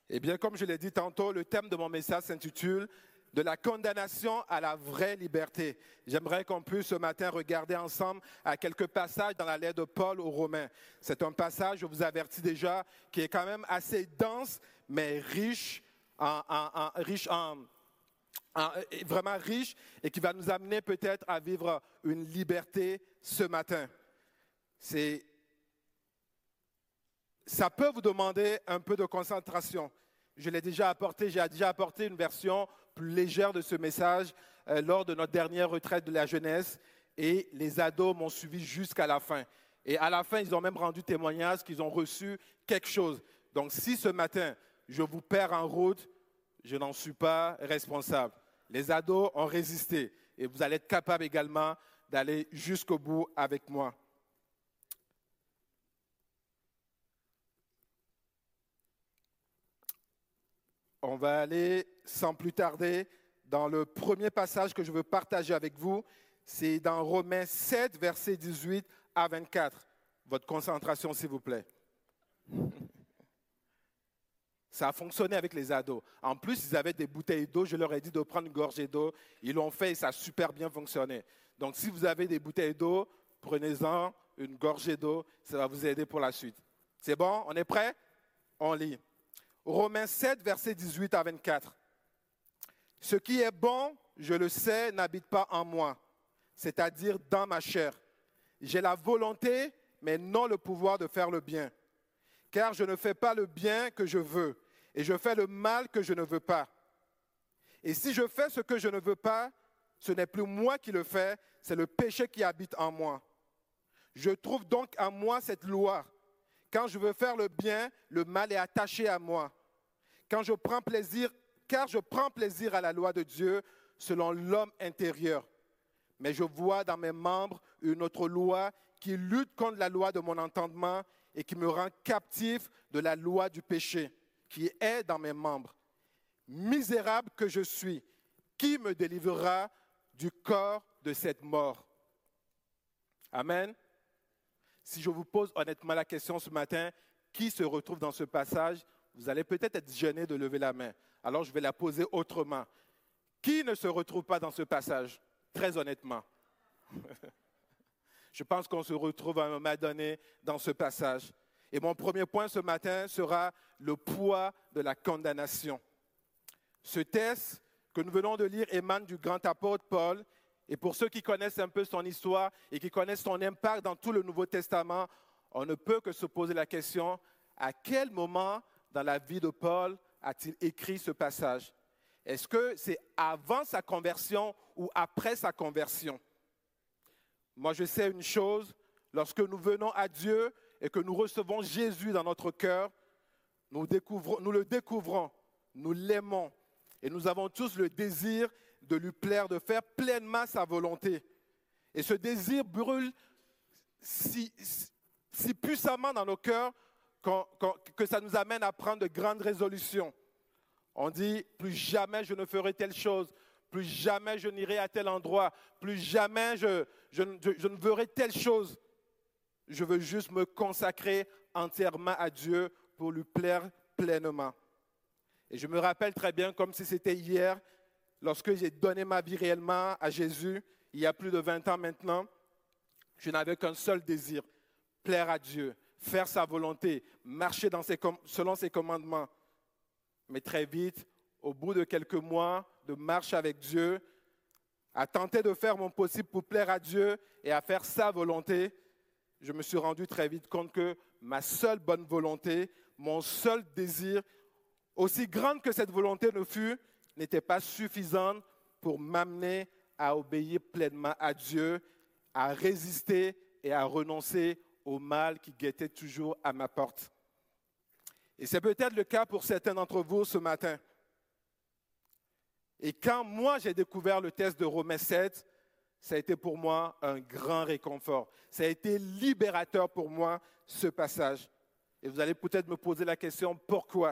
Eh bien, comme je l'ai dit tantôt, le thème de mon message s'intitule « De la condamnation à la vraie liberté ». J'aimerais qu'on puisse ce matin regarder ensemble à quelques passages dans la lettre de Paul aux Romains. C'est un passage, je vous avertis déjà, qui est quand même assez dense, mais vraiment riche et qui va nous amener peut-être à vivre une liberté ce matin. Ça peut vous demander un peu de concentration. J'ai déjà apporté une version plus légère de ce message lors de notre dernière retraite de la jeunesse et les ados m'ont suivi jusqu'à la fin. Et à la fin, ils ont même rendu témoignage qu'ils ont reçu quelque chose. Donc si ce matin, je vous perds en route, je n'en suis pas responsable. Les ados ont résisté et vous allez être capables également d'aller jusqu'au bout avec moi. On va aller sans plus tarder dans le premier passage que je veux partager avec vous. C'est dans Romains 7, versets 18 à 24. Votre concentration, s'il vous plaît. Ça a fonctionné avec les ados. En plus, ils avaient des bouteilles d'eau. Je leur ai dit de prendre une gorgée d'eau. Ils l'ont fait et ça a super bien fonctionné. Donc, si vous avez des bouteilles d'eau, prenez-en une gorgée d'eau. Ça va vous aider pour la suite. C'est bon? On est prêt? On lit. Romains 7, versets 18 à 24. « Ce qui est bon, je le sais, n'habite pas en moi, c'est-à-dire dans ma chair. J'ai la volonté, mais non le pouvoir de faire le bien. Car je ne fais pas le bien que je veux, et je fais le mal que je ne veux pas. Et si je fais ce que je ne veux pas, ce n'est plus moi qui le fais, c'est le péché qui habite en moi. Je trouve donc en moi cette loi. Quand je veux faire le bien, le mal est attaché à moi. Car je prends plaisir à la loi de Dieu selon l'homme intérieur. Mais je vois dans mes membres une autre loi qui lutte contre la loi de mon entendement et qui me rend captif de la loi du péché qui est dans mes membres. Misérable que je suis, qui me délivrera du corps de cette mort? » Amen. Si je vous pose honnêtement la question ce matin, qui se retrouve dans ce passage? Vous allez peut-être être gêné de lever la main. Alors je vais la poser autrement. Qui ne se retrouve pas dans ce passage? Très honnêtement. Je pense qu'on se retrouve à un moment donné dans ce passage. Et mon premier point ce matin sera le poids de la condamnation. Ce texte que nous venons de lire émane du grand apôtre Paul. Et pour ceux qui connaissent un peu son histoire et qui connaissent son impact dans tout le Nouveau Testament, on ne peut que se poser la question, à quel moment dans la vie de Paul a-t-il écrit ce passage? Est-ce que c'est avant sa conversion ou après sa conversion? Moi, je sais une chose, lorsque nous venons à Dieu et que nous recevons Jésus dans notre cœur, nous le découvrons, nous l'aimons et nous avons tous le désir de lui plaire, de faire pleinement sa volonté. Et ce désir brûle si puissamment dans nos cœurs que ça nous amène à prendre de grandes résolutions. On dit, plus jamais je ne ferai telle chose, plus jamais je n'irai à tel endroit, plus jamais je ne verrai telle chose. Je veux juste me consacrer entièrement à Dieu pour lui plaire pleinement. Et je me rappelle très bien, comme si c'était hier, lorsque j'ai donné ma vie réellement à Jésus, il y a plus de 20 ans maintenant, je n'avais qu'un seul désir, plaire à Dieu, faire sa volonté, marcher selon ses commandements. Mais très vite, au bout de quelques mois de marche avec Dieu, à tenter de faire mon possible pour plaire à Dieu et à faire sa volonté, je me suis rendu très vite compte que ma seule bonne volonté, mon seul désir, aussi grande que cette volonté ne fût, n'était pas suffisante pour m'amener à obéir pleinement à Dieu, à résister et à renoncer au mal qui guettait toujours à ma porte. Et c'est peut-être le cas pour certains d'entre vous ce matin. Et quand moi j'ai découvert le texte de Romains 7, ça a été pour moi un grand réconfort. Ça a été libérateur pour moi, ce passage. Et vous allez peut-être me poser la question, pourquoi?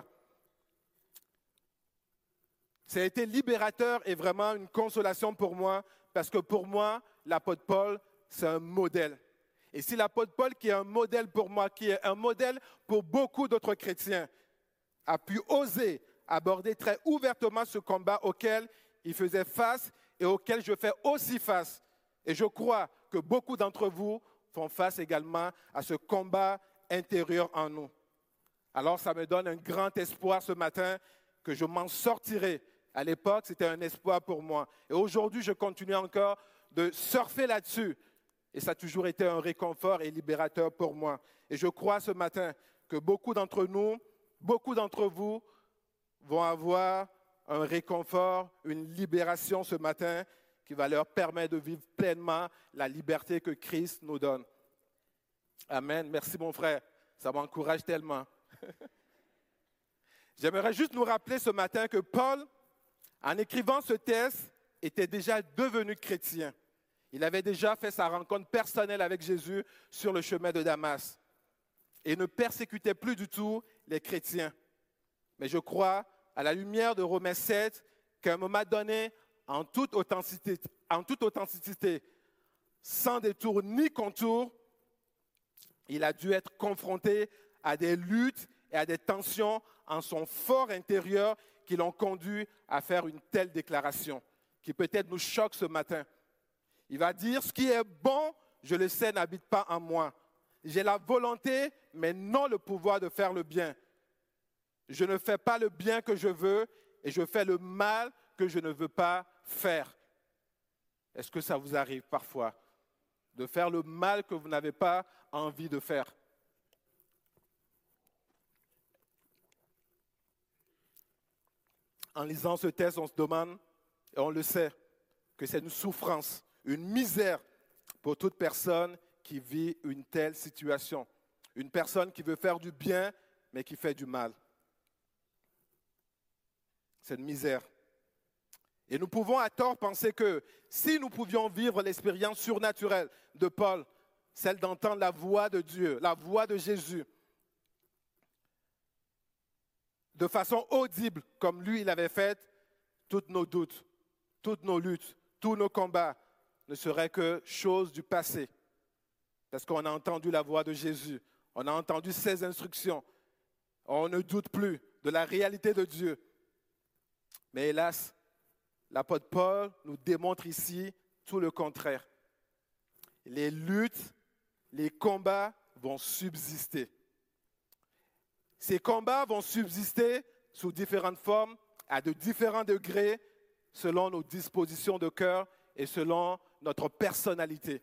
Ça a été libérateur et vraiment une consolation pour moi, parce que pour moi, l'apôtre Paul, c'est un modèle. Et si l'apôtre Paul, qui est un modèle pour moi, qui est un modèle pour beaucoup d'autres chrétiens, a pu oser aborder très ouvertement ce combat auquel il faisait face et auquel je fais aussi face. Et je crois que beaucoup d'entre vous font face également à ce combat intérieur en nous. Alors ça me donne un grand espoir ce matin que je m'en sortirai. À l'époque, c'était un espoir pour moi. Et aujourd'hui, je continue encore de surfer là-dessus. Et ça a toujours été un réconfort et libérateur pour moi. Et je crois ce matin que beaucoup d'entre nous, beaucoup d'entre vous vont avoir un réconfort, une libération ce matin qui va leur permettre de vivre pleinement la liberté que Christ nous donne. Amen. Merci mon frère. Ça m'encourage tellement. J'aimerais juste nous rappeler ce matin que Paul, en écrivant ce texte, était déjà devenu chrétien. Il avait déjà fait sa rencontre personnelle avec Jésus sur le chemin de Damas et ne persécutait plus du tout les chrétiens. Mais je crois, à la lumière de Romains 7, qu'à un moment donné, en toute authenticité, sans détour ni contour, il a dû être confronté à des luttes et à des tensions en son fort intérieur qui l'ont conduit à faire une telle déclaration, qui peut-être nous choque ce matin. Il va dire, ce qui est bon, je le sais, n'habite pas en moi. J'ai la volonté, mais non le pouvoir de faire le bien. Je ne fais pas le bien que je veux et je fais le mal que je ne veux pas faire. Est-ce que ça vous arrive parfois de faire le mal que vous n'avez pas envie de faire? En lisant ce texte, on se demande, et on le sait, que c'est une souffrance, une misère pour toute personne qui vit une telle situation. Une personne qui veut faire du bien, mais qui fait du mal. C'est une misère. Et nous pouvons à tort penser que si nous pouvions vivre l'expérience surnaturelle de Paul, celle d'entendre la voix de Dieu, la voix de Jésus, de façon audible, comme lui il avait fait, tous nos doutes, toutes nos luttes, tous nos combats ne seraient que choses du passé. Parce qu'on a entendu la voix de Jésus, on a entendu ses instructions, on ne doute plus de la réalité de Dieu. Mais hélas, l'apôtre Paul nous démontre ici tout le contraire. Les luttes, les combats vont subsister. Ces combats vont subsister sous différentes formes, à de différents degrés, selon nos dispositions de cœur et selon notre personnalité.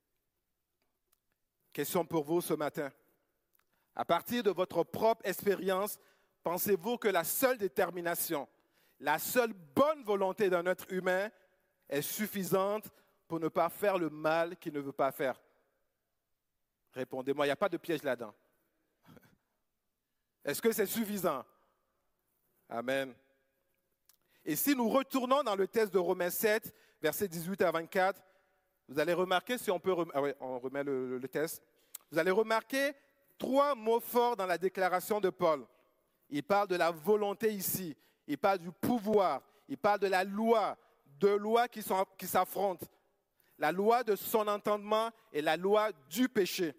Question pour vous ce matin. À partir de votre propre expérience, pensez-vous que la seule détermination, la seule bonne volonté d'un être humain est suffisante pour ne pas faire le mal qu'il ne veut pas faire? Répondez-moi, il n'y a pas de piège là-dedans. Est-ce que c'est suffisant? Amen. Et si nous retournons dans le texte de Romains 7, versets 18 à 24, vous allez remarquer, si on peut, on remet le texte, vous allez remarquer 3 mots forts dans la déclaration de Paul. Il parle de la volonté ici, il parle du pouvoir, il parle de la loi, 2 lois qui s'affrontent. La loi de son entendement et la loi du péché.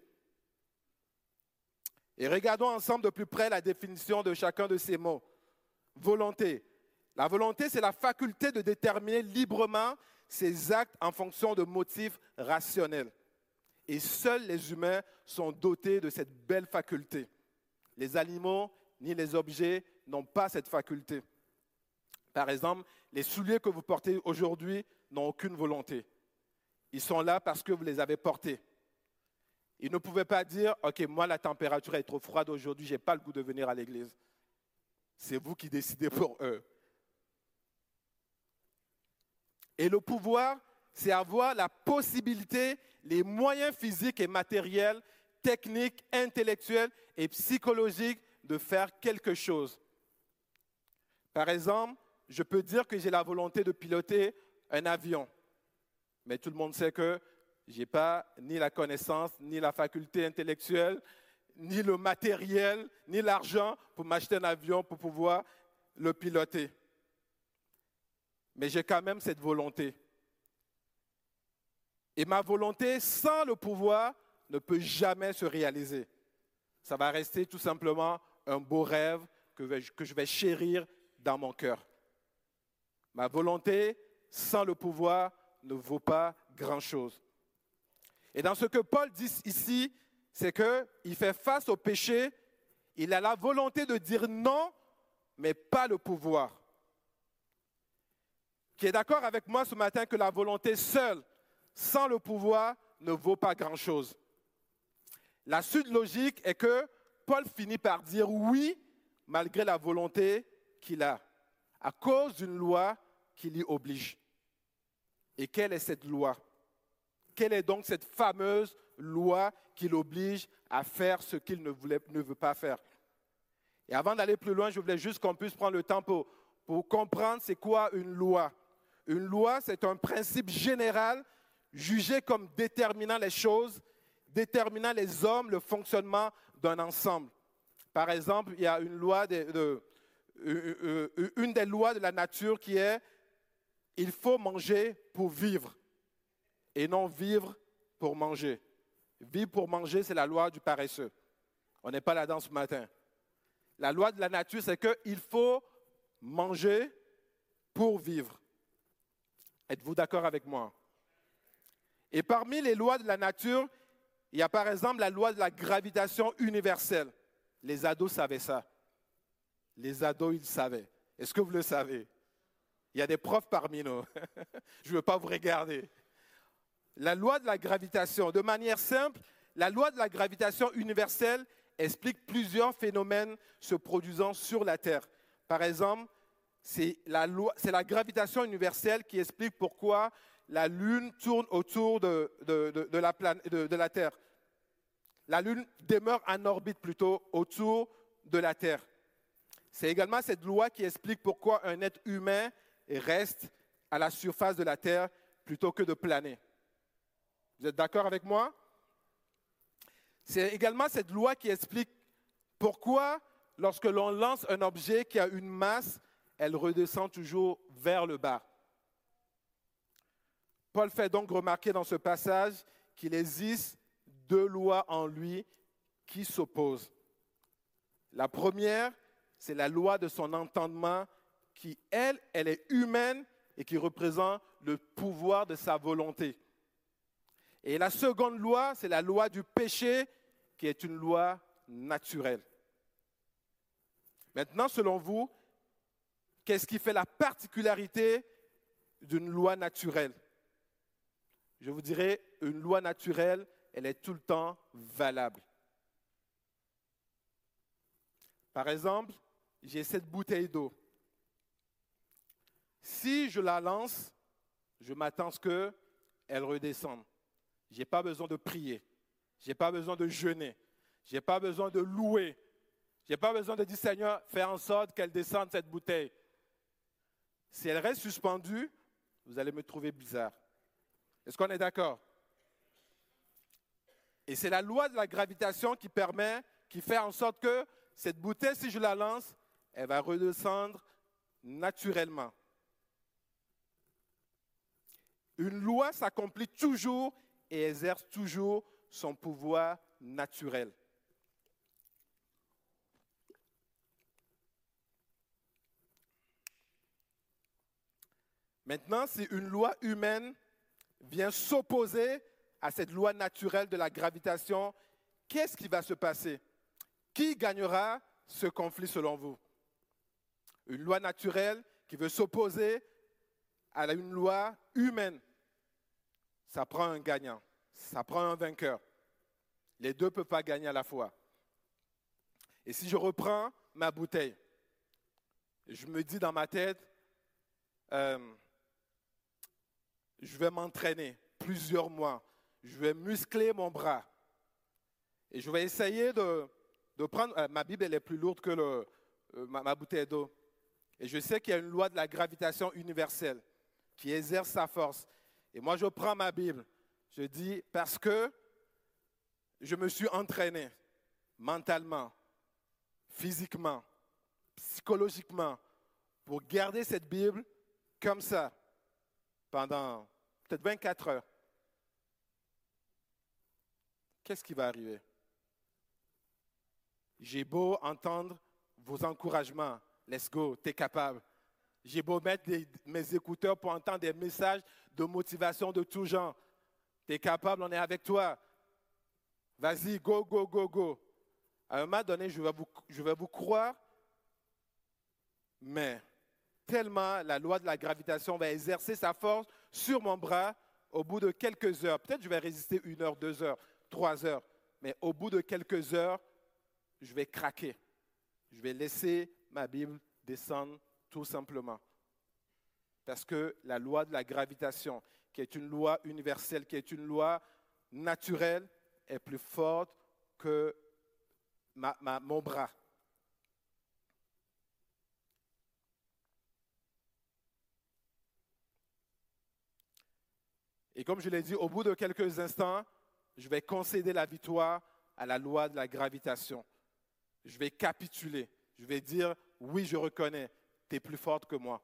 Et regardons ensemble de plus près la définition de chacun de ces mots. Volonté. La volonté, c'est la faculté de déterminer librement ses actes en fonction de motifs rationnels. Et seuls les humains sont dotés de cette belle faculté. Les animaux ni les objets n'ont pas cette faculté. Par exemple, les souliers que vous portez aujourd'hui n'ont aucune volonté. Ils sont là parce que vous les avez portés. Ils ne pouvaient pas dire, « Ok, moi, la température est trop froide aujourd'hui, je n'ai pas le goût de venir à l'église. » C'est vous qui décidez pour eux. Et le pouvoir, c'est avoir la possibilité, les moyens physiques et matériels, techniques, intellectuels et psychologiques de faire quelque chose. Par exemple, je peux dire que j'ai la volonté de piloter un avion. Mais tout le monde sait que je n'ai pas ni la connaissance, ni la faculté intellectuelle, ni le matériel, ni l'argent pour m'acheter un avion pour pouvoir le piloter. Mais j'ai quand même cette volonté. Et ma volonté, sans le pouvoir, ne peut jamais se réaliser. Ça va rester tout simplement un beau rêve que je vais chérir dans mon cœur. Ma volonté, sans le pouvoir, ne vaut pas grand-chose. Et dans ce que Paul dit ici, c'est qu'il fait face au péché, il a la volonté de dire non, mais pas le pouvoir. Qui est d'accord avec moi ce matin que la volonté seule, sans le pouvoir, ne vaut pas grand-chose. La suite logique est que Paul finit par dire oui, malgré la volonté qu'il a, à cause d'une loi qui l'y oblige. Et quelle est cette loi? Quelle est donc cette fameuse loi qui l'oblige à faire ce qu'il ne veut pas faire? Et avant d'aller plus loin, je voulais juste qu'on puisse prendre le temps pour comprendre c'est quoi une loi. Une loi, c'est un principe général jugé comme déterminant les choses, déterminant les hommes, le fonctionnement d'un ensemble. Par exemple, il y a une des lois de la nature qui est « il faut manger pour vivre » et non vivre pour manger. Vivre pour manger, c'est la loi du paresseux. On n'est pas là-dedans ce matin. La loi de la nature, c'est qu'il faut manger pour vivre. Êtes-vous d'accord avec moi? Et parmi les lois de la nature, il y a par exemple la loi de la gravitation universelle. Les ados savaient ça. Les ados, ils savaient. Est-ce que vous le savez? Il y a des profs parmi nous. Je ne veux pas vous regarder. La loi de la gravitation, de manière simple, la loi de la gravitation universelle explique plusieurs phénomènes se produisant sur la Terre. Par exemple, c'est la gravitation universelle qui explique pourquoi la Lune tourne autour de la Terre. La Lune demeure en orbite plutôt autour de la Terre. C'est également cette loi qui explique pourquoi un être humain reste à la surface de la Terre plutôt que de planer. Vous êtes d'accord avec moi? C'est également cette loi qui explique pourquoi, lorsque l'on lance un objet qui a une masse, elle redescend toujours vers le bas. Paul fait donc remarquer dans ce passage qu'il existe deux lois en lui qui s'opposent. La première, c'est la loi de son entendement qui, elle est humaine et qui représente le pouvoir de sa volonté. Et la seconde loi, c'est la loi du péché qui est une loi naturelle. Maintenant, selon vous, qu'est-ce qui fait la particularité d'une loi naturelle? Je vous dirais, une loi naturelle, elle est tout le temps valable. Par exemple, j'ai cette bouteille d'eau. Si je la lance, je m'attends à ce qu'elle redescende. Je n'ai pas besoin de prier. Je n'ai pas besoin de jeûner. Je n'ai pas besoin de louer. Je n'ai pas besoin de dire, Seigneur, fais en sorte qu'elle descende cette bouteille. Si elle reste suspendue, vous allez me trouver bizarre. Est-ce qu'on est d'accord? Et c'est la loi de la gravitation qui fait en sorte que cette bouteille, si je la lance, elle va redescendre naturellement. Une loi s'accomplit toujours et exerce toujours son pouvoir naturel. Maintenant, si une loi humaine vient s'opposer à cette loi naturelle de la gravitation, qu'est-ce qui va se passer? Qui gagnera ce conflit selon vous? Une loi naturelle qui veut s'opposer à une loi humaine. Ça prend un gagnant, ça prend un vainqueur. Les deux ne peuvent pas gagner à la fois. Et si je reprends ma bouteille, je me dis dans ma tête, je vais m'entraîner plusieurs mois. Je vais muscler mon bras. Et je vais essayer de prendre... ma Bible, elle est plus lourde que ma bouteille d'eau. Et je sais qu'il y a une loi de la gravitation universelle qui exerce sa force. Et moi, je prends ma Bible. Je dis, parce que je me suis entraîné mentalement, physiquement, psychologiquement, pour garder cette Bible comme ça pendant peut-être 24 heures. Qu'est-ce qui va arriver? J'ai beau entendre vos encouragements. Let's go, t'es capable. J'ai beau mettre mes écouteurs pour entendre des messages de motivation de tout genre. T'es capable, on est avec toi. Vas-y, go, go, go, go. À un moment donné, je vais vous croire, mais tellement la loi de la gravitation va exercer sa force sur mon bras au bout de quelques heures. Peut-être que je vais résister 1 heure, 2 heures, 3 heures, mais au bout de quelques heures, je vais craquer. Je vais laisser ma Bible descendre tout simplement. Parce que la loi de la gravitation, qui est une loi universelle, qui est une loi naturelle, est plus forte que mon bras. Et comme je l'ai dit, au bout de quelques instants, je vais concéder la victoire à la loi de la gravitation. Je vais capituler. Je vais dire, oui, je reconnais, tu es plus forte que moi.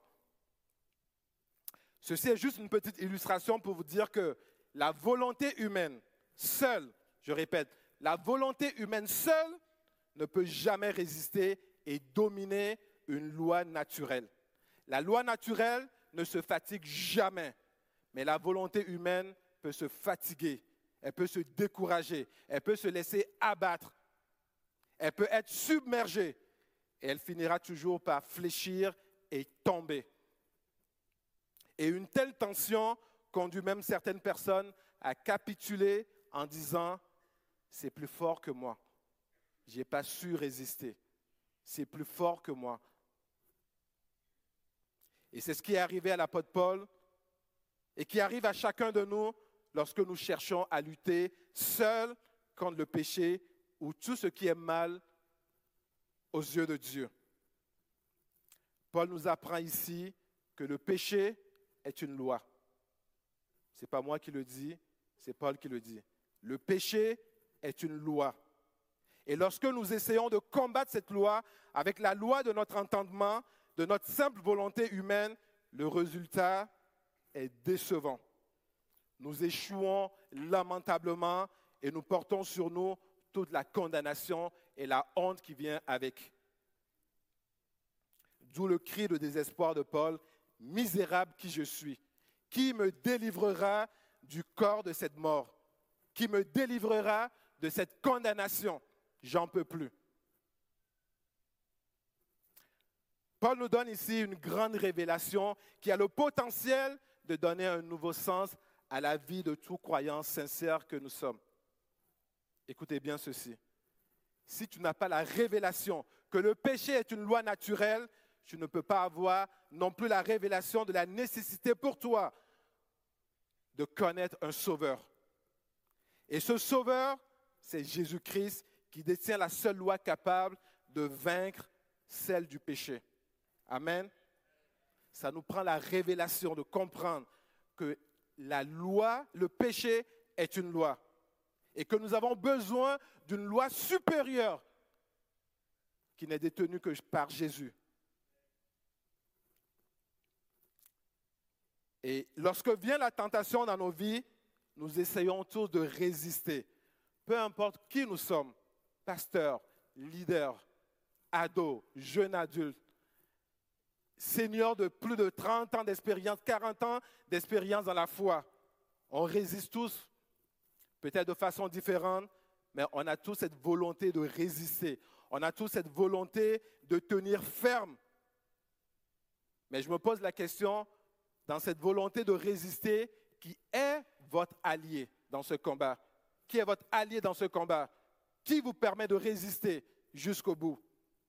Ceci est juste une petite illustration pour vous dire que la volonté humaine seule, je répète, la volonté humaine seule ne peut jamais résister et dominer une loi naturelle. La loi naturelle ne se fatigue jamais, mais la volonté humaine peut se fatiguer, elle peut se décourager, elle peut se laisser abattre, elle peut être submergée et elle finira toujours par fléchir et tomber. Et une telle tension conduit même certaines personnes à capituler en disant « c'est plus fort que moi, je n'ai pas su résister, c'est plus fort que moi ». Et c'est ce qui est arrivé à l'apôtre Paul et qui arrive à chacun de nous lorsque nous cherchons à lutter seuls contre le péché ou tout ce qui est mal aux yeux de Dieu. Paul nous apprend ici que le péché est une loi. Ce n'est pas moi qui le dis, c'est Paul qui le dit. Le péché est une loi. Et lorsque nous essayons de combattre cette loi avec la loi de notre entendement, de notre simple volonté humaine, le résultat est décevant. Nous échouons lamentablement et nous portons sur nous toute la condamnation et la honte qui vient avec. D'où le cri de désespoir de Paul, « Misérable qui je suis, qui me délivrera du corps de cette mort? Qui me délivrera de cette condamnation? J'en peux plus. » Paul nous donne ici une grande révélation qui a le potentiel de donner un nouveau sens à la vie de tout croyant sincère que nous sommes. Écoutez bien ceci. Si tu n'as pas la révélation que le péché est une loi naturelle, tu ne peux pas avoir non plus la révélation de la nécessité pour toi de connaître un sauveur. Et ce sauveur, c'est Jésus-Christ qui détient la seule loi capable de vaincre celle du péché. Amen. Ça nous prend la révélation de comprendre que la loi, le péché est une loi et que nous avons besoin d'une loi supérieure qui n'est détenue que par Jésus. Et lorsque vient la tentation dans nos vies, nous essayons tous de résister. Peu importe qui nous sommes, pasteurs, leaders, ados, jeunes adultes, seniors de plus de 30 ans d'expérience, 40 ans d'expérience dans la foi. On résiste tous, peut-être de façon différente, mais on a tous cette volonté de résister. On a tous cette volonté de tenir ferme. Mais je me pose la question, dans cette volonté de résister, qui est votre allié dans ce combat? Qui est votre allié dans ce combat? Qui vous permet de résister jusqu'au bout?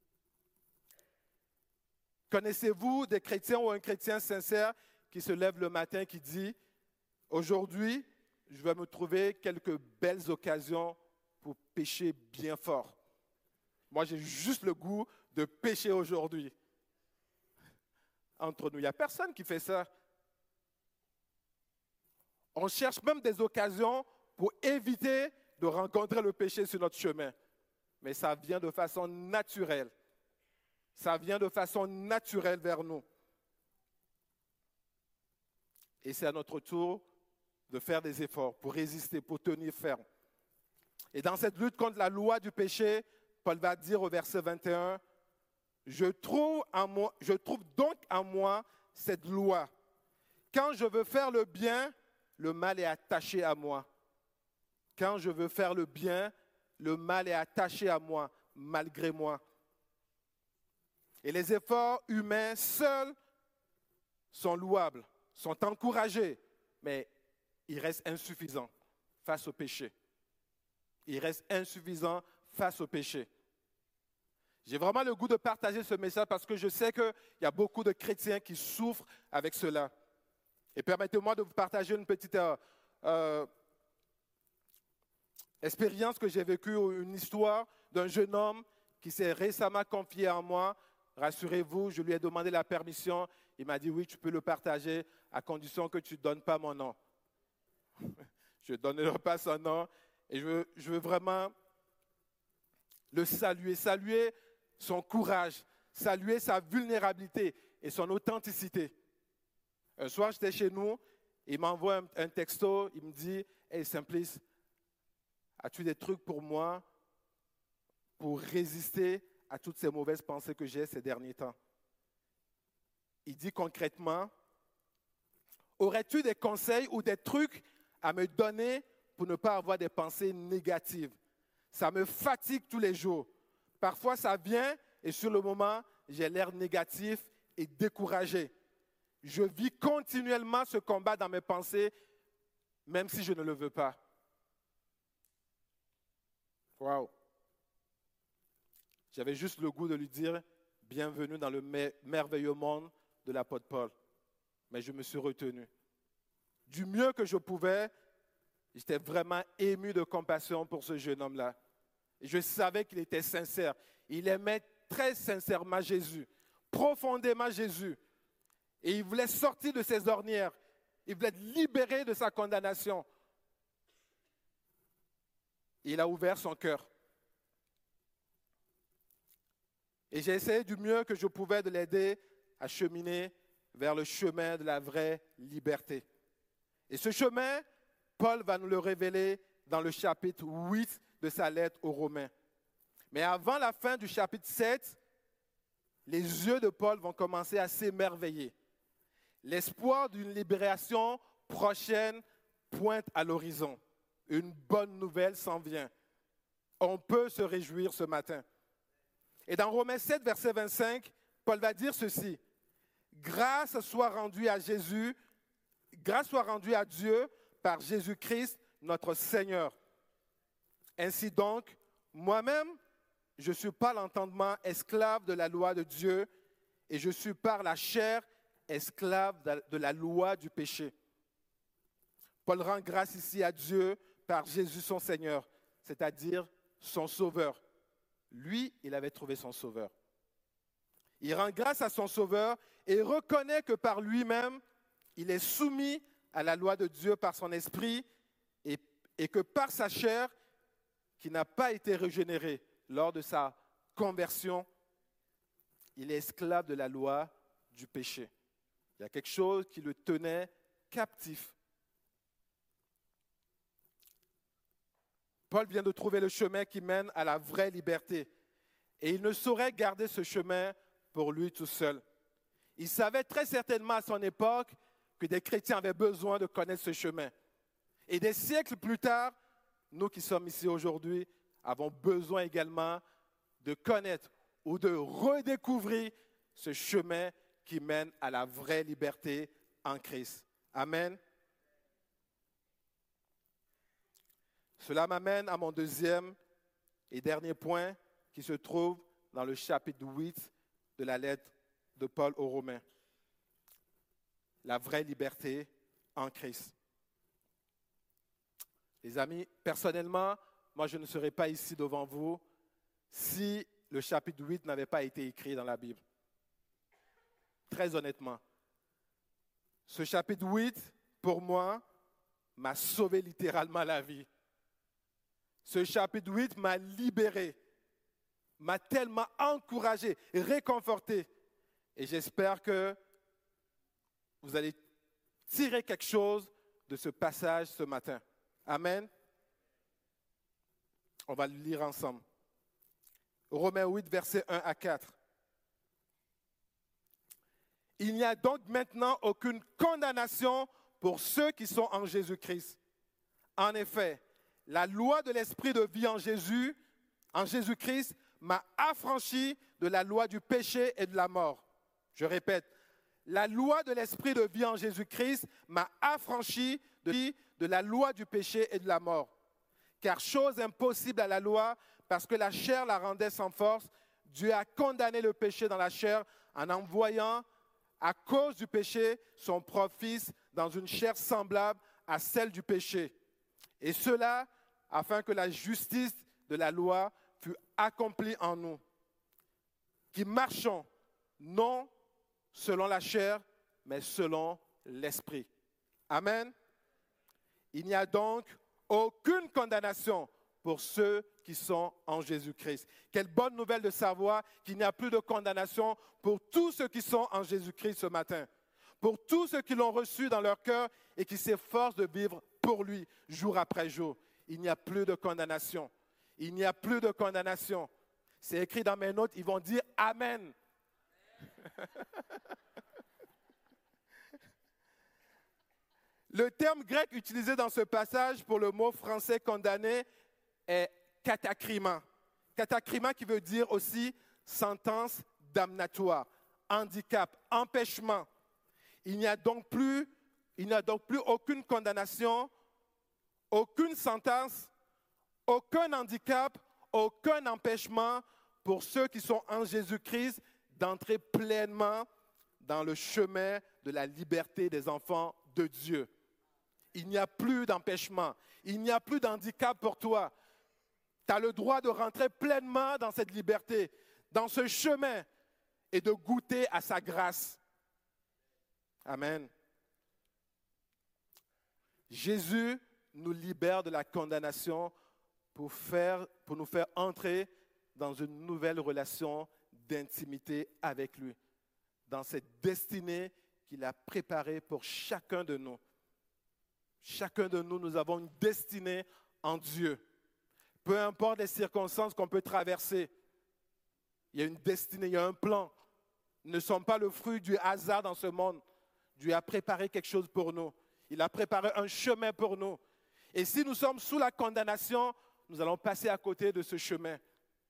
Connaissez-vous des chrétiens ou un chrétien sincère qui se lève le matin et qui dit « Aujourd'hui, je vais me trouver quelques belles occasions pour pécher bien fort. Moi, j'ai juste le goût de pécher aujourd'hui. » Entre nous, il n'y a personne qui fait ça. On cherche même des occasions pour éviter de rencontrer le péché sur notre chemin. Mais ça vient de façon naturelle. Ça vient de façon naturelle vers nous. Et c'est à notre tour de faire des efforts pour résister, pour tenir ferme. Et dans cette lutte contre la loi du péché, Paul va dire au verset 21, Je trouve donc en moi cette loi. Quand je veux faire le bien, le mal est attaché à moi. Quand je veux faire le bien, le mal est attaché à moi, malgré moi. Et les efforts humains seuls sont louables, sont encouragés, mais ils restent insuffisants face au péché. Ils restent insuffisants face au péché. J'ai vraiment le goût de partager ce message parce que je sais qu'il y a beaucoup de chrétiens qui souffrent avec cela. Et permettez-moi de vous partager une petite expérience que j'ai vécue, une histoire d'un jeune homme qui s'est récemment confié en moi. Rassurez-vous, je lui ai demandé la permission. Il m'a dit oui, tu peux le partager à condition que tu ne donnes pas mon nom. Je ne donnerai pas son nom et je veux vraiment le saluer son courage, saluer sa vulnérabilité et son authenticité. Un soir, j'étais chez nous, il m'envoie un texto, il me dit « Hey Simplice, as-tu des trucs pour moi pour résister à toutes ces mauvaises pensées que j'ai ces derniers temps ?» Il dit concrètement « Aurais-tu des conseils ou des trucs à me donner pour ne pas avoir des pensées négatives? Ça me fatigue tous les jours. Parfois, ça vient et sur le moment, j'ai l'air négatif et découragé. Je vis continuellement ce combat dans mes pensées, même si je ne le veux pas. » Waouh! J'avais juste le goût de lui dire « Bienvenue dans le merveilleux monde de l'apôtre Paul. » Mais je me suis retenu. Du mieux que je pouvais, j'étais vraiment ému de compassion pour ce jeune homme-là. Et je savais qu'il était sincère. Il aimait très sincèrement Jésus, profondément Jésus. Et il voulait sortir de ses ornières. Il voulait être libéré de sa condamnation. Il a ouvert son cœur. Et j'ai essayé du mieux que je pouvais de l'aider à cheminer vers le chemin de la vraie liberté. Et ce chemin, Paul va nous le révéler dans le chapitre 8 de sa lettre aux Romains. Mais avant la fin du chapitre 7, les yeux de Paul vont commencer à s'émerveiller. L'espoir d'une libération prochaine pointe à l'horizon. Une bonne nouvelle s'en vient. On peut se réjouir ce matin. Et dans Romains 7, verset 25, Paul va dire ceci. Grâce soit rendue à Jésus, grâce soit rendue à Dieu par Jésus-Christ, notre Seigneur. Ainsi donc, moi-même, je suis par l'entendement esclave de la loi de Dieu et je suis par la chair esclave de la loi du péché. Paul rend grâce ici à Dieu par Jésus son Seigneur, c'est-à-dire son Sauveur. Lui, il avait trouvé son Sauveur. Il rend grâce à son Sauveur et reconnaît que par lui-même, il est soumis à la loi de Dieu par son esprit et que par sa chair, qui n'a pas été régénérée lors de sa conversion, il est esclave de la loi du péché. Il y a quelque chose qui le tenait captif. Paul vient de trouver le chemin qui mène à la vraie liberté. Et il ne saurait garder ce chemin pour lui tout seul. Il savait très certainement à son époque que des chrétiens avaient besoin de connaître ce chemin. Et des siècles plus tard, nous qui sommes ici aujourd'hui, avons besoin également de connaître ou de redécouvrir ce chemin qui mène à la vraie liberté en Christ. Amen. Cela m'amène à mon deuxième et dernier point qui se trouve dans le chapitre 8 de la lettre de Paul aux Romains. La vraie liberté en Christ. Les amis, personnellement, moi je ne serais pas ici devant vous si le chapitre 8 n'avait pas été écrit dans la Bible. Très honnêtement. Ce chapitre 8, pour moi, m'a sauvé littéralement la vie. Ce chapitre 8 m'a libéré, m'a tellement encouragé, réconforté. Et j'espère que vous allez tirer quelque chose de ce passage ce matin. Amen. On va le lire ensemble. Romains 8, versets 1 à 4. Il n'y a donc maintenant aucune condamnation pour ceux qui sont en Jésus-Christ. En effet, la loi de l'esprit de vie en Jésus-Christ, m'a affranchi de la loi du péché et de la mort. Je répète, la loi de l'esprit de vie en Jésus-Christ m'a affranchi de la loi du péché et de la mort. Car chose impossible à la loi, parce que la chair la rendait sans force, Dieu a condamné le péché dans la chair en envoyant, à cause du péché, son propre Fils dans une chair semblable à celle du péché. Et cela, afin que la justice de la loi fût accomplie en nous, qui marchons non selon la chair, mais selon l'esprit. Amen. Il n'y a donc aucune condamnation pour ceux qui sont en Jésus-Christ. Quelle bonne nouvelle de savoir qu'il n'y a plus de condamnation pour tous ceux qui sont en Jésus-Christ ce matin. Pour tous ceux qui l'ont reçu dans leur cœur et qui s'efforcent de vivre pour lui jour après jour. Il n'y a plus de condamnation. Il n'y a plus de condamnation. C'est écrit dans mes notes, ils vont dire Amen. Le terme grec utilisé dans ce passage pour le mot français condamné est katakrima. Katakrima qui veut dire aussi sentence damnatoire, handicap, empêchement. Il n'y a donc plus aucune condamnation, aucune sentence, aucun handicap, aucun empêchement pour ceux qui sont en Jésus-Christ d'entrer pleinement dans le chemin de la liberté des enfants de Dieu. Il n'y a plus d'empêchement, il n'y a plus d'handicap pour toi. Tu as le droit de rentrer pleinement dans cette liberté, dans ce chemin et de goûter à sa grâce. Amen. Jésus nous libère de la condamnation pour nous faire entrer dans une nouvelle relation d'intimité avec lui, dans cette destinée qu'il a préparée pour chacun de nous. Chacun de nous, nous avons une destinée en Dieu. Peu importe les circonstances qu'on peut traverser, il y a une destinée, il y a un plan. Nous ne sommes pas le fruit du hasard dans ce monde. Dieu a préparé quelque chose pour nous. Il a préparé un chemin pour nous. Et si nous sommes sous la condamnation, nous allons passer à côté de ce chemin.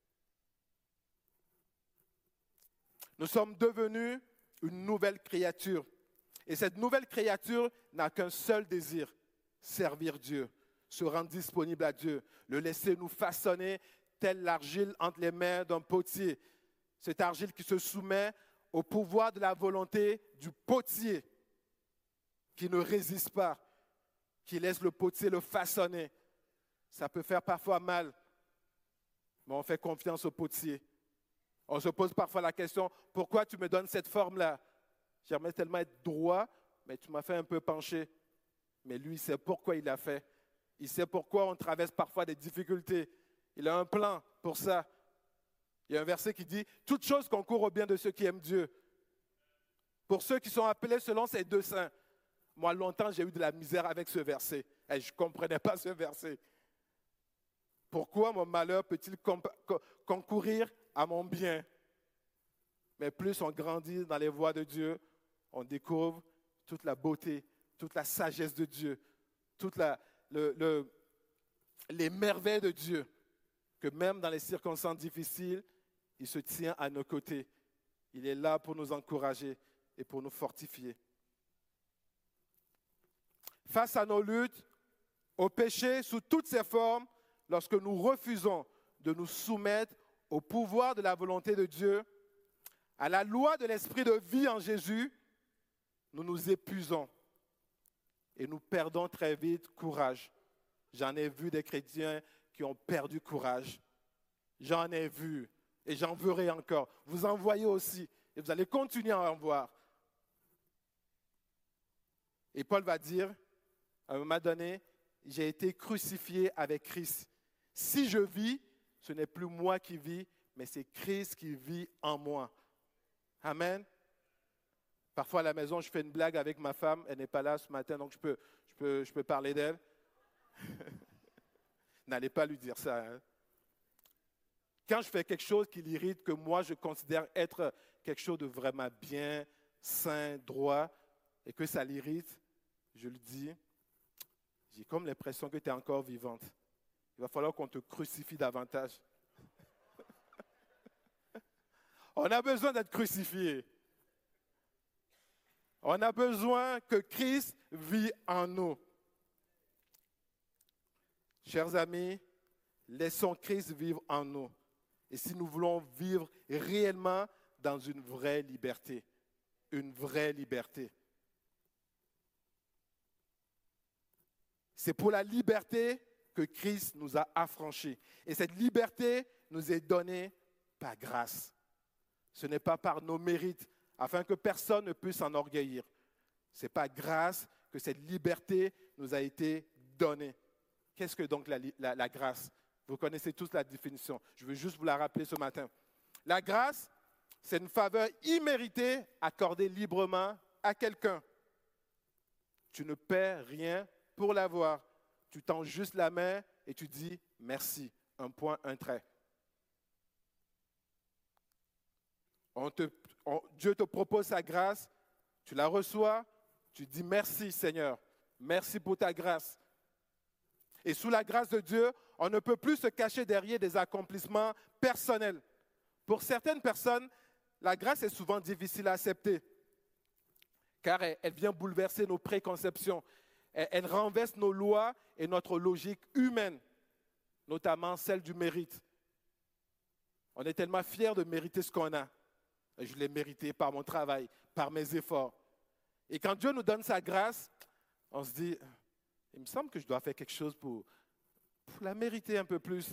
Nous sommes devenus une nouvelle créature. Et cette nouvelle créature n'a qu'un seul désir, servir Dieu, se rendre disponible à Dieu, le laisser nous façonner telle l'argile entre les mains d'un potier. Cette argile qui se soumet au pouvoir de la volonté du potier, qui ne résiste pas, qui laisse le potier le façonner. Ça peut faire parfois mal, mais on fait confiance au potier. On se pose parfois la question, pourquoi tu me donnes cette forme-là? J'aimerais tellement être droit, mais tu m'as fait un peu pencher. Mais lui, il sait pourquoi il l'a fait. Il sait pourquoi on traverse parfois des difficultés. Il a un plan pour ça. Il y a un verset qui dit « Toutes choses concourent au bien de ceux qui aiment Dieu ». Pour ceux qui sont appelés selon ses desseins. Moi, longtemps, j'ai eu de la misère avec ce verset. Et je ne comprenais pas ce verset. Pourquoi mon malheur peut-il concourir à mon bien? Mais plus on grandit dans les voies de Dieu, on découvre toute la beauté, toute la sagesse de Dieu, toutes les merveilles de Dieu, que même dans les circonstances difficiles, il se tient à nos côtés. Il est là pour nous encourager et pour nous fortifier. Face à nos luttes, au péché sous toutes ses formes, lorsque nous refusons de nous soumettre au pouvoir de la volonté de Dieu, à la loi de l'esprit de vie en Jésus, nous nous épuisons et nous perdons très vite courage. J'en ai vu des chrétiens qui ont perdu courage. J'en ai vu et j'en verrai encore. Vous en voyez aussi et vous allez continuer à en voir. Et Paul va dire, à un moment donné, j'ai été crucifié avec Christ. Si je vis, ce n'est plus moi qui vis, mais c'est Christ qui vit en moi. Amen. Parfois à la maison, je fais une blague avec ma femme. Elle n'est pas là ce matin, donc je peux parler d'elle. N'allez pas lui dire ça. Hein. Quand je fais quelque chose qui l'irrite, que moi je considère être quelque chose de vraiment bien, sain, droit, et que ça l'irrite, je lui dis, j'ai comme l'impression que tu es encore vivante. Il va falloir qu'on te crucifie davantage. On a besoin d'être crucifié. On a besoin que Christ vit en nous. Chers amis, laissons Christ vivre en nous. Et si nous voulons vivre réellement dans une vraie liberté, c'est pour la liberté que Christ nous a affranchis. Et cette liberté nous est donnée par grâce. Ce n'est pas par nos mérites, afin que personne ne puisse s'enorgueillir. C'est par grâce que cette liberté nous a été donnée. Qu'est-ce que donc la grâce? Vous connaissez tous la définition. Je veux juste vous la rappeler ce matin. La grâce, c'est une faveur imméritée accordée librement à quelqu'un. Tu ne paies rien pour l'avoir. Tu tends juste la main et tu dis merci. Un point, un trait. Dieu te propose sa grâce, tu la reçois, tu dis merci Seigneur, merci pour ta grâce. Et sous la grâce de Dieu, on ne peut plus se cacher derrière des accomplissements personnels. Pour certaines personnes, la grâce est souvent difficile à accepter, car elle vient bouleverser nos préconceptions. Elle renverse nos lois et notre logique humaine, notamment celle du mérite. On est tellement fiers de mériter ce qu'on a. Je l'ai mérité par mon travail, par mes efforts. Et quand Dieu nous donne sa grâce, on se dit, il me semble que je dois faire quelque chose pour la mériter un peu plus.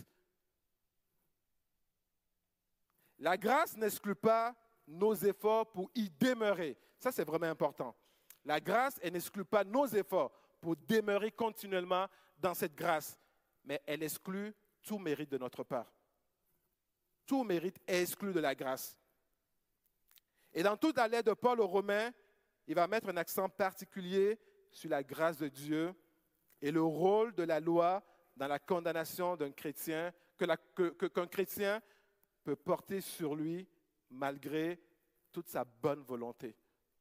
La grâce n'exclut pas nos efforts pour y demeurer. Ça, c'est vraiment important. La grâce, elle n'exclut pas nos efforts pour demeurer continuellement dans cette grâce, mais elle exclut tout mérite de notre part. Tout mérite est exclu de la grâce. Et dans toute la lettre de Paul aux Romains, il va mettre un accent particulier sur la grâce de Dieu et le rôle de la loi dans la condamnation d'un chrétien, qu'un chrétien peut porter sur lui malgré toute sa bonne volonté.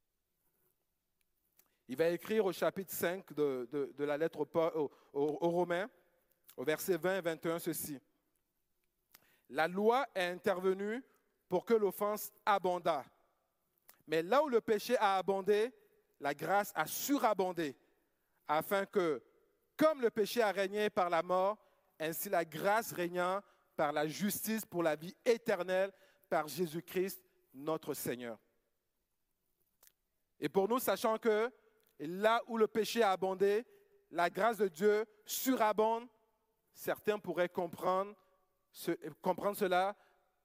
Il va écrire au chapitre 5 de la lettre aux Romains, au verset 20 et 21, ceci. La loi est intervenue pour que l'offense abondât. Mais là où le péché a abondé, la grâce a surabondé, afin que, comme le péché a régné par la mort, ainsi la grâce régnant par la justice pour la vie éternelle par Jésus-Christ, notre Seigneur. Et pour nous, sachant que là où le péché a abondé, la grâce de Dieu surabonde, certains pourraient comprendre cela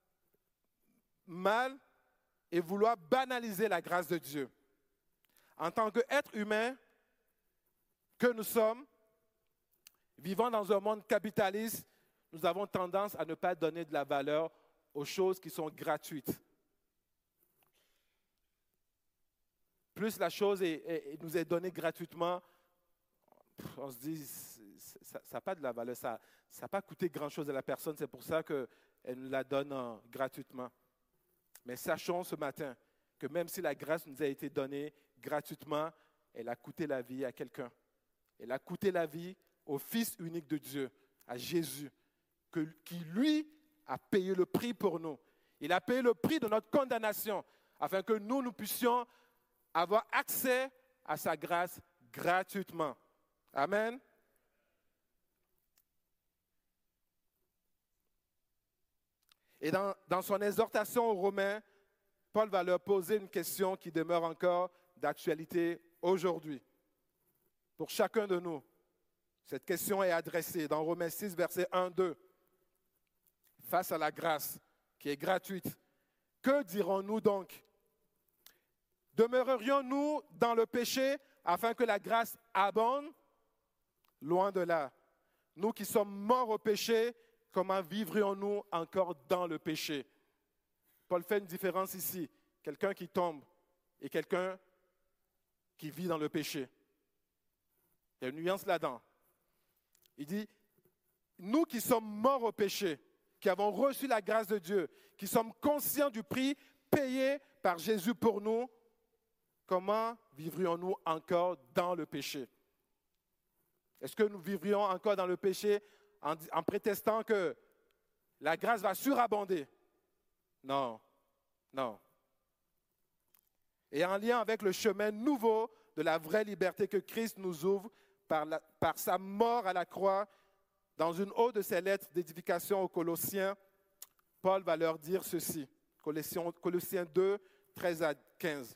mal et vouloir banaliser la grâce de Dieu. En tant qu'être humain que nous sommes, vivant dans un monde capitaliste, nous avons tendance à ne pas donner de la valeur aux choses qui sont gratuites. Plus la chose nous est donnée gratuitement, on se dit, ça n'a pas de la valeur, ça n'a pas coûté grand-chose à la personne, c'est pour ça qu'elle nous la donne gratuitement. Mais sachons ce matin que même si la grâce nous a été donnée gratuitement, elle a coûté la vie à quelqu'un. Elle a coûté la vie au Fils unique de Dieu, à Jésus, qui lui a payé le prix pour nous. Il a payé le prix de notre condamnation, afin que nous puissions avoir accès à sa grâce gratuitement. Amen. Et dans son exhortation aux Romains, Paul va leur poser une question qui demeure encore d'actualité aujourd'hui. Pour chacun de nous, cette question est adressée dans Romains 6, versets 1-2. Face à la grâce qui est gratuite, que dirons-nous donc? Demeurerions-nous dans le péché afin que la grâce abonde? Loin de là. Nous qui sommes morts au péché, comment vivrions-nous encore dans le péché? Paul fait une différence ici. Quelqu'un qui tombe et quelqu'un qui vit dans le péché. Il y a une nuance là-dedans. Il dit, nous qui sommes morts au péché, qui avons reçu la grâce de Dieu, qui sommes conscients du prix payé par Jésus pour nous, comment vivrions-nous encore dans le péché? Est-ce que nous vivrions encore dans le péché en prétextant que la grâce va surabonder? Non, non. Et en lien avec le chemin nouveau de la vraie liberté que Christ nous ouvre par sa mort à la croix, dans une autre de ses lettres d'édification aux Colossiens, Paul va leur dire ceci, Colossiens 2, 13 à 15.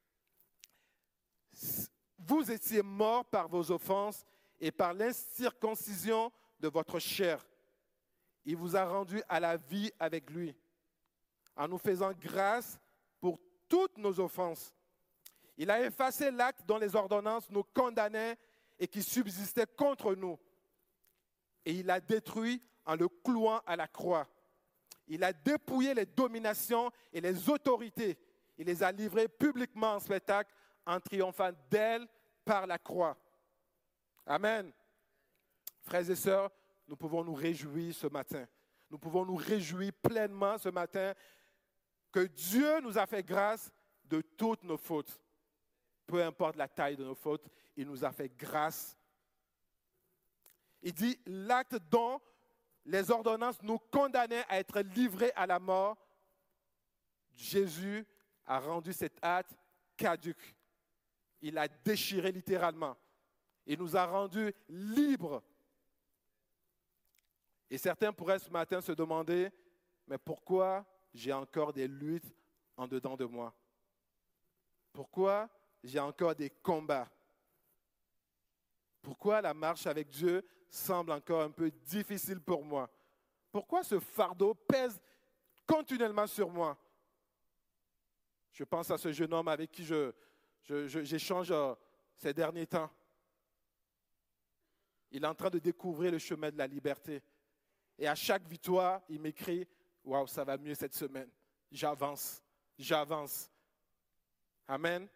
Vous étiez morts par vos offenses et par l'incirconcision de votre chair. Il vous a rendus à la vie avec lui, en nous faisant grâce pour toutes nos offenses. Il a effacé l'acte dont les ordonnances nous condamnaient et qui subsistait contre nous. Et il l'a détruit en le clouant à la croix. Il a dépouillé les dominations et les autorités. Il les a livrées publiquement en spectacle en triomphant d'elles par la croix. Amen. Frères et sœurs, nous pouvons nous réjouir ce matin. Nous pouvons nous réjouir pleinement ce matin que Dieu nous a fait grâce de toutes nos fautes. Peu importe la taille de nos fautes, il nous a fait grâce. Il dit, l'acte dont les ordonnances nous condamnaient à être livrés à la mort, Jésus a rendu cet acte caduc. Il l'a déchiré littéralement. Il nous a rendus libres. Et certains pourraient ce matin se demander, mais pourquoi j'ai encore des luttes en dedans de moi? Pourquoi j'ai encore des combats? Pourquoi la marche avec Dieu semble encore un peu difficile pour moi? Pourquoi ce fardeau pèse continuellement sur moi? Je pense à ce jeune homme avec qui j'échange ces derniers temps. Il est en train de découvrir le chemin de la liberté. Et à chaque victoire, il m'écrit, « Waouh, ça va mieux cette semaine. J'avance, j'avance. » Amen.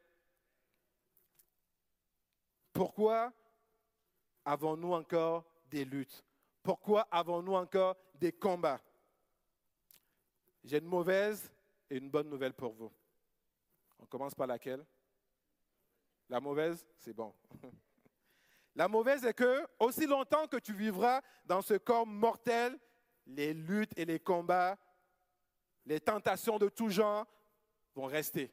Pourquoi avons-nous encore des luttes? Pourquoi avons-nous encore des combats? J'ai une mauvaise et une bonne nouvelle pour vous. On commence par laquelle? La mauvaise, c'est bon. La mauvaise est que, aussi longtemps que tu vivras dans ce corps mortel, les luttes et les combats, les tentations de tout genre vont rester.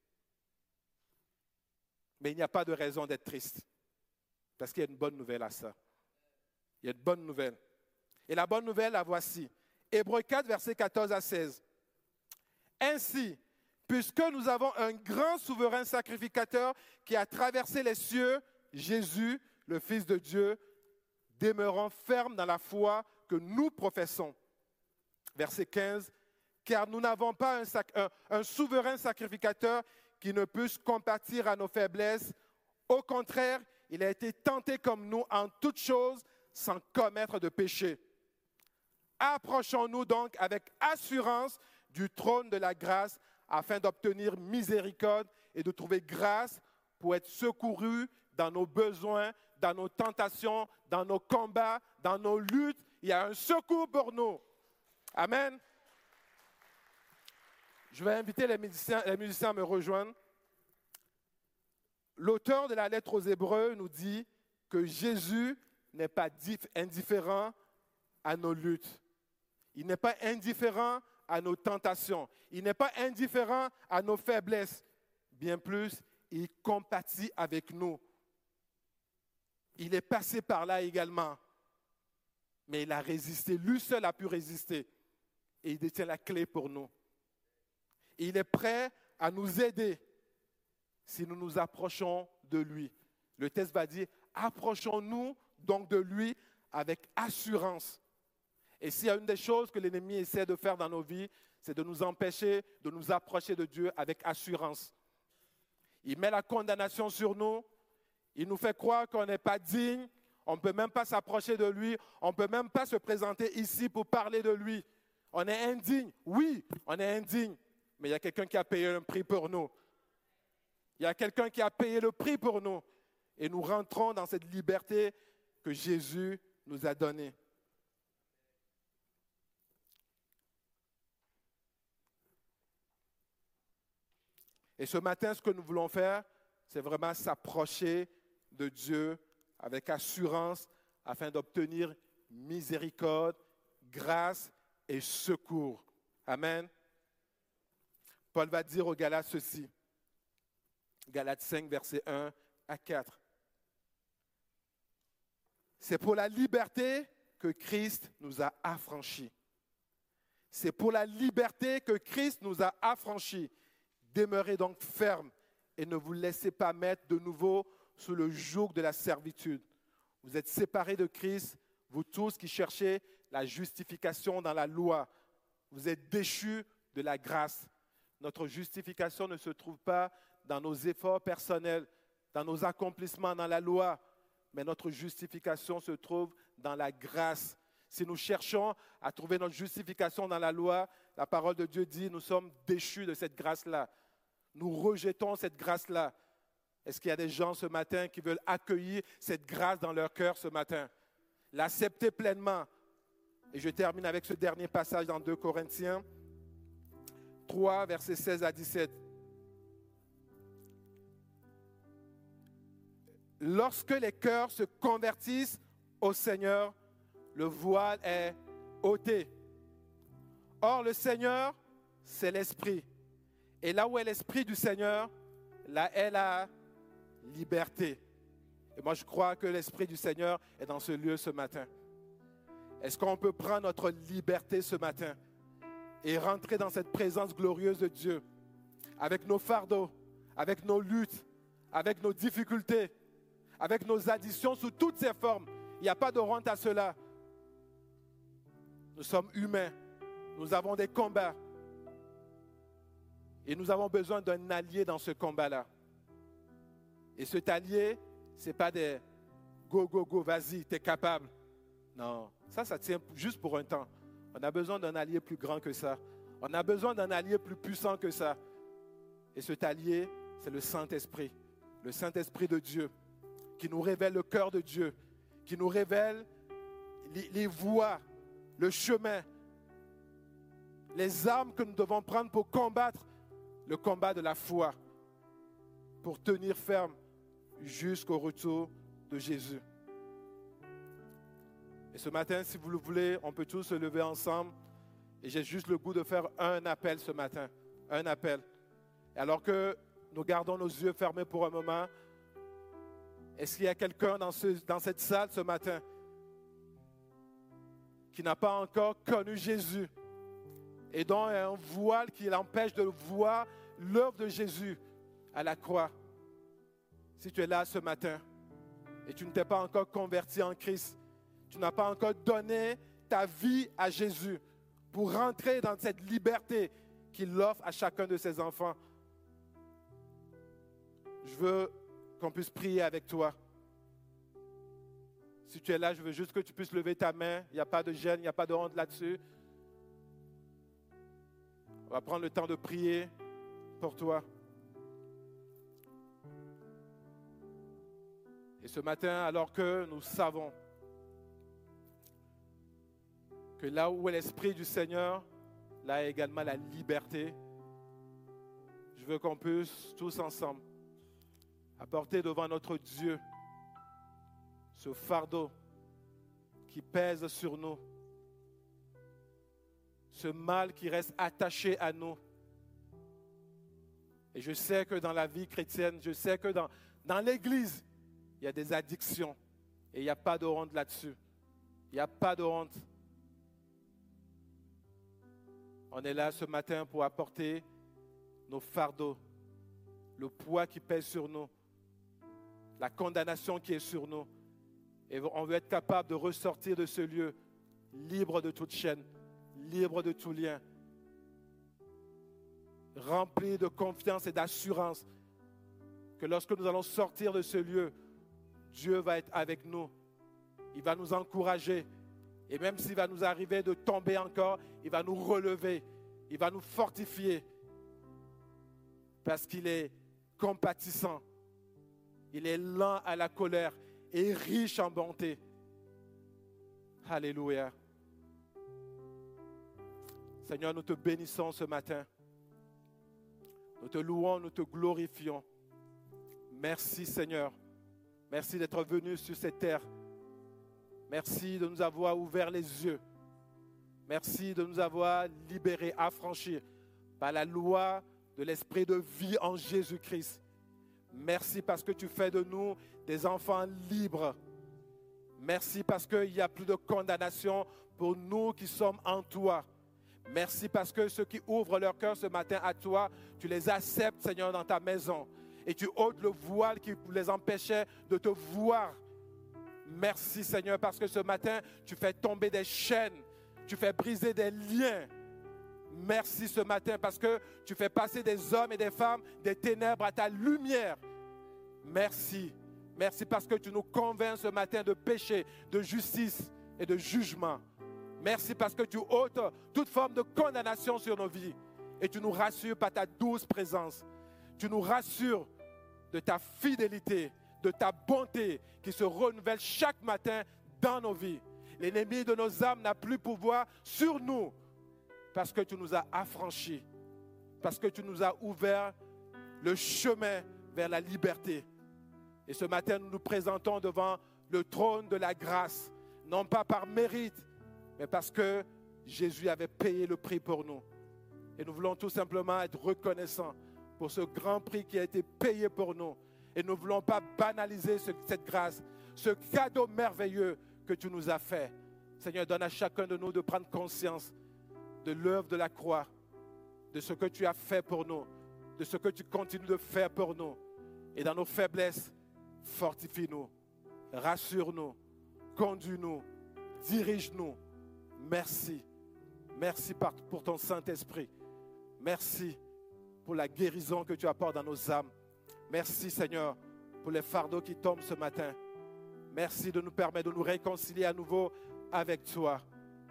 Mais il n'y a pas de raison d'être triste. Parce qu'il y a une bonne nouvelle à ça. Il y a une bonne nouvelle. Et la bonne nouvelle, la voici. Hébreux 4, versets 14 à 16. Ainsi, puisque nous avons un grand souverain sacrificateur qui a traversé les cieux, Jésus, le Fils de Dieu, demeurons fermes dans la foi que nous professons. Verset 15. Car nous n'avons pas un souverain sacrificateur qui ne puisse compatir à nos faiblesses. Au contraire, il a été tenté comme nous en toutes choses sans commettre de péché. Approchons-nous donc avec assurance du trône de la grâce afin d'obtenir miséricorde et de trouver grâce pour être secourus dans nos besoins, dans nos tentations, dans nos combats, dans nos luttes. Il y a un secours pour nous. Amen. Je vais inviter les musiciens à me rejoindre. L'auteur de la lettre aux Hébreux nous dit que Jésus n'est pas indifférent à nos luttes. Il n'est pas indifférent à nos tentations. Il n'est pas indifférent à nos faiblesses. Bien plus, il compatit avec nous. Il est passé par là également. Mais il a résisté. Lui seul a pu résister. Et il détient la clé pour nous. Il est prêt à nous aider si nous nous approchons de lui. Le texte va dire, approchons-nous donc de lui avec assurance. Et s'il y a une des choses que l'ennemi essaie de faire dans nos vies, c'est de nous empêcher de nous approcher de Dieu avec assurance. Il met la condamnation sur nous. Il nous fait croire qu'on n'est pas digne. On ne peut même pas s'approcher de lui. On ne peut même pas se présenter ici pour parler de lui. On est indigne. Oui, on est indigne. Mais il y a quelqu'un qui a payé un prix pour nous. Il y a quelqu'un qui a payé le prix pour nous. Et nous rentrons dans cette liberté que Jésus nous a donnée. Et ce matin, ce que nous voulons faire, c'est vraiment s'approcher de Dieu avec assurance afin d'obtenir miséricorde, grâce et secours. Amen. Paul va dire aux Galates ceci. Galates 5, versets 1 à 4. C'est pour la liberté que Christ nous a affranchis. C'est pour la liberté que Christ nous a affranchis. Demeurez donc fermes et ne vous laissez pas mettre de nouveau sous le joug de la servitude. Vous êtes séparés de Christ, vous tous qui cherchez la justification dans la loi. Vous êtes déchus de la grâce. Notre justification ne se trouve pas dans nos efforts personnels, dans nos accomplissements dans la loi, mais notre justification se trouve dans la grâce. Si nous cherchons à trouver notre justification dans la loi, la parole de Dieu dit, nous sommes déchus de cette grâce-là. Nous rejetons cette grâce-là. Est-ce qu'il y a des gens ce matin qui veulent accueillir cette grâce dans leur cœur ce matin? L'accepter pleinement. Et je termine avec ce dernier passage dans 2 Corinthiens 3, versets 16 à 17. Lorsque les cœurs se convertissent au Seigneur, le voile est ôté. Or, le Seigneur, c'est l'Esprit. Et là où est l'Esprit du Seigneur, là est la liberté. Et moi, je crois que l'Esprit du Seigneur est dans ce lieu ce matin. Est-ce qu'on peut prendre notre liberté ce matin et rentrer dans cette présence glorieuse de Dieu avec nos fardeaux, avec nos luttes, avec nos difficultés, avec nos additions sous toutes ses formes? Il n'y a pas de honte à cela. Nous sommes humains. Nous avons des combats. Et nous avons besoin d'un allié dans ce combat-là. Et cet allié, ce n'est pas des go, go, go, vas-y, tu es capable. Non, ça tient juste pour un temps. On a besoin d'un allié plus grand que ça. On a besoin d'un allié plus puissant que ça. Et cet allié, c'est le Saint-Esprit. Le Saint-Esprit de Dieu, qui nous révèle le cœur de Dieu, qui nous révèle les voies, le chemin, les armes que nous devons prendre pour combattre le combat de la foi, pour tenir ferme jusqu'au retour de Jésus. Et ce matin, si vous le voulez, on peut tous se lever ensemble. Et j'ai juste le goût de faire un appel ce matin. Un appel. Et alors que nous gardons nos yeux fermés pour un moment, est-ce qu'il y a quelqu'un dans cette salle ce matin qui n'a pas encore connu Jésus et dont il y a un voile qui l'empêche de voir l'œuvre de Jésus à la croix? Si tu es là ce matin et tu ne t'es pas encore converti en Christ, tu n'as pas encore donné ta vie à Jésus pour rentrer dans cette liberté qu'il offre à chacun de ses enfants, je veux qu'on puisse prier avec toi. Si tu es là, je veux juste que tu puisses lever ta main. Il n'y a pas de gêne, il n'y a pas de honte là-dessus. On va prendre le temps de prier pour toi. Et ce matin, alors que nous savons que là où est l'Esprit du Seigneur, là est également la liberté, je veux qu'on puisse tous ensemble apporter devant notre Dieu ce fardeau qui pèse sur nous, ce mal qui reste attaché à nous. Et je sais que dans la vie chrétienne, je sais que dans l'Église, il y a des addictions et il n'y a pas de honte là-dessus. Il n'y a pas de honte. On est là ce matin pour apporter nos fardeaux, le poids qui pèse sur nous, la condamnation qui est sur nous. Et on veut être capable de ressortir de ce lieu libre de toute chaîne, libre de tout lien, rempli de confiance et d'assurance que lorsque nous allons sortir de ce lieu, Dieu va être avec nous. Il va nous encourager. Et même s'il va nous arriver de tomber encore, il va nous relever. Il va nous fortifier. Parce qu'il est compatissant. Il est lent à la colère et riche en bonté. Alléluia. Seigneur, nous te bénissons ce matin. Nous te louons, nous te glorifions. Merci Seigneur. Merci d'être venu sur cette terre. Merci de nous avoir ouvert les yeux. Merci de nous avoir libérés, affranchis par la loi de l'esprit de vie en Jésus-Christ. Merci parce que tu fais de nous des enfants libres. Merci parce qu'il n'y a plus de condamnation pour nous qui sommes en toi. Merci parce que ceux qui ouvrent leur cœur ce matin à toi, tu les acceptes, Seigneur, dans ta maison. Et tu ôtes le voile qui les empêchait de te voir. Merci, Seigneur, parce que ce matin, tu fais tomber des chaînes, tu fais briser des liens. Merci ce matin parce que tu fais passer des hommes et des femmes des ténèbres à ta lumière. Merci. Merci parce que tu nous convaincs ce matin de péché, de justice et de jugement. Merci parce que tu ôtes toute forme de condamnation sur nos vies et tu nous rassures par ta douce présence. Tu nous rassures de ta fidélité, de ta bonté qui se renouvelle chaque matin dans nos vies. L'ennemi de nos âmes n'a plus pouvoir sur nous parce que tu nous as affranchis, parce que tu nous as ouvert le chemin vers la liberté. Et ce matin, nous nous présentons devant le trône de la grâce, non pas par mérite, mais parce que Jésus avait payé le prix pour nous. Et nous voulons tout simplement être reconnaissants pour ce grand prix qui a été payé pour nous. Et nous ne voulons pas banaliser cette grâce, ce cadeau merveilleux que tu nous as fait. Seigneur, donne à chacun de nous de prendre conscience de l'œuvre de la croix, de ce que tu as fait pour nous, de ce que tu continues de faire pour nous. Et dans nos faiblesses, fortifie-nous, rassure-nous, conduis-nous, dirige-nous. Merci. Merci pour ton Saint-Esprit. Merci pour la guérison que tu apportes dans nos âmes. Merci Seigneur pour les fardeaux qui tombent ce matin. Merci de nous permettre de nous réconcilier à nouveau avec toi.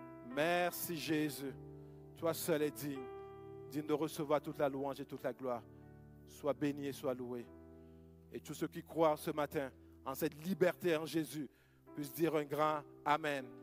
Merci Jésus. Toi seul est digne de recevoir toute la louange et toute la gloire. Sois béni et sois loué. Et tous ceux qui croient ce matin en cette liberté en Jésus puissent dire un grand Amen.